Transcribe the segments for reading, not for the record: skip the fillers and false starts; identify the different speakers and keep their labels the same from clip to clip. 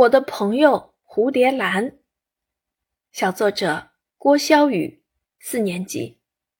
Speaker 1: 我的朋友蝴蝶兰，小作者郭潇雨，4年级。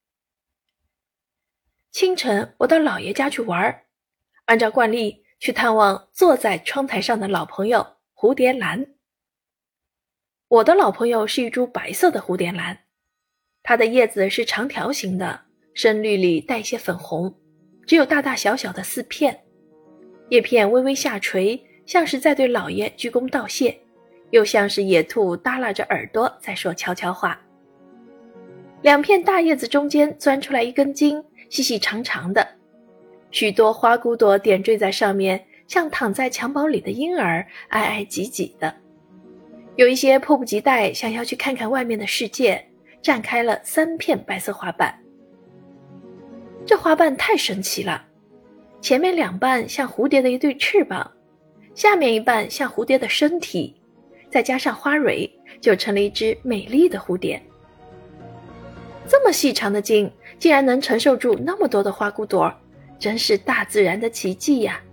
Speaker 1: 清晨，我到姥爷家去玩，按照惯例去探望坐在窗台上的老朋友蝴蝶兰。我的老朋友是一株白色的蝴蝶兰，它的叶子是长条形的，深绿里带些粉红，只有大大小小的4片，叶片微微下垂，像是在对姥爷鞠躬道谢，又像是野兔耷拉着耳朵在说悄悄话。2片大叶子中间钻出来一根茎，细细长长的，许多花骨朵点缀在上面，像躺在襁褓里的婴儿，挨挨挤挤的。有一些迫不及待想要去看看外面的世界，绽开了3片白色花瓣。这花瓣太神奇了，前面2瓣像蝴蝶的一对翅膀，下面1瓣像蝴蝶的身体，再加上花蕊，就成了一只美丽的蝴蝶。这么细长的茎竟然能承受住那么多的花骨朵，真是大自然的奇迹呀！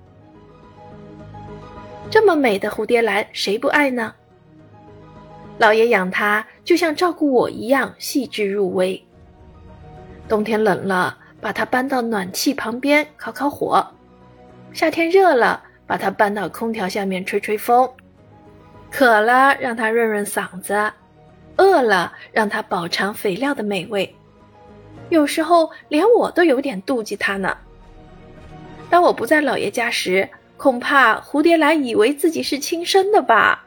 Speaker 1: 这么美的蝴蝶兰谁不爱呢？姥爷养它就像照顾我一样细致入微。冬天冷了，把它搬到暖气旁边烤烤火；夏天热了，把它搬到空调下面吹吹风；渴了让它润润嗓子，饿了让它饱尝肥料的美味。有时候连我都有点妒忌它呢。当我不在姥爷家时，恐怕蝴蝶兰以为自己是亲生的吧。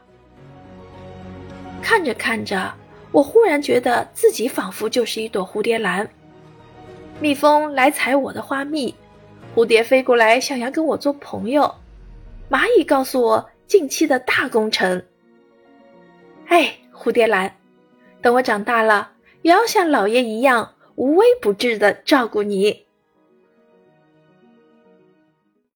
Speaker 1: 看着看着，我忽然觉得自己仿佛就是一朵蝴蝶兰。蜜蜂来采我的花蜜，蝴蝶飞过来想要跟我做朋友，蚂蚁告诉我近期的大工程。哎，蝴蝶兰，等我长大了，也要像姥爷一样无微不至地照顾你。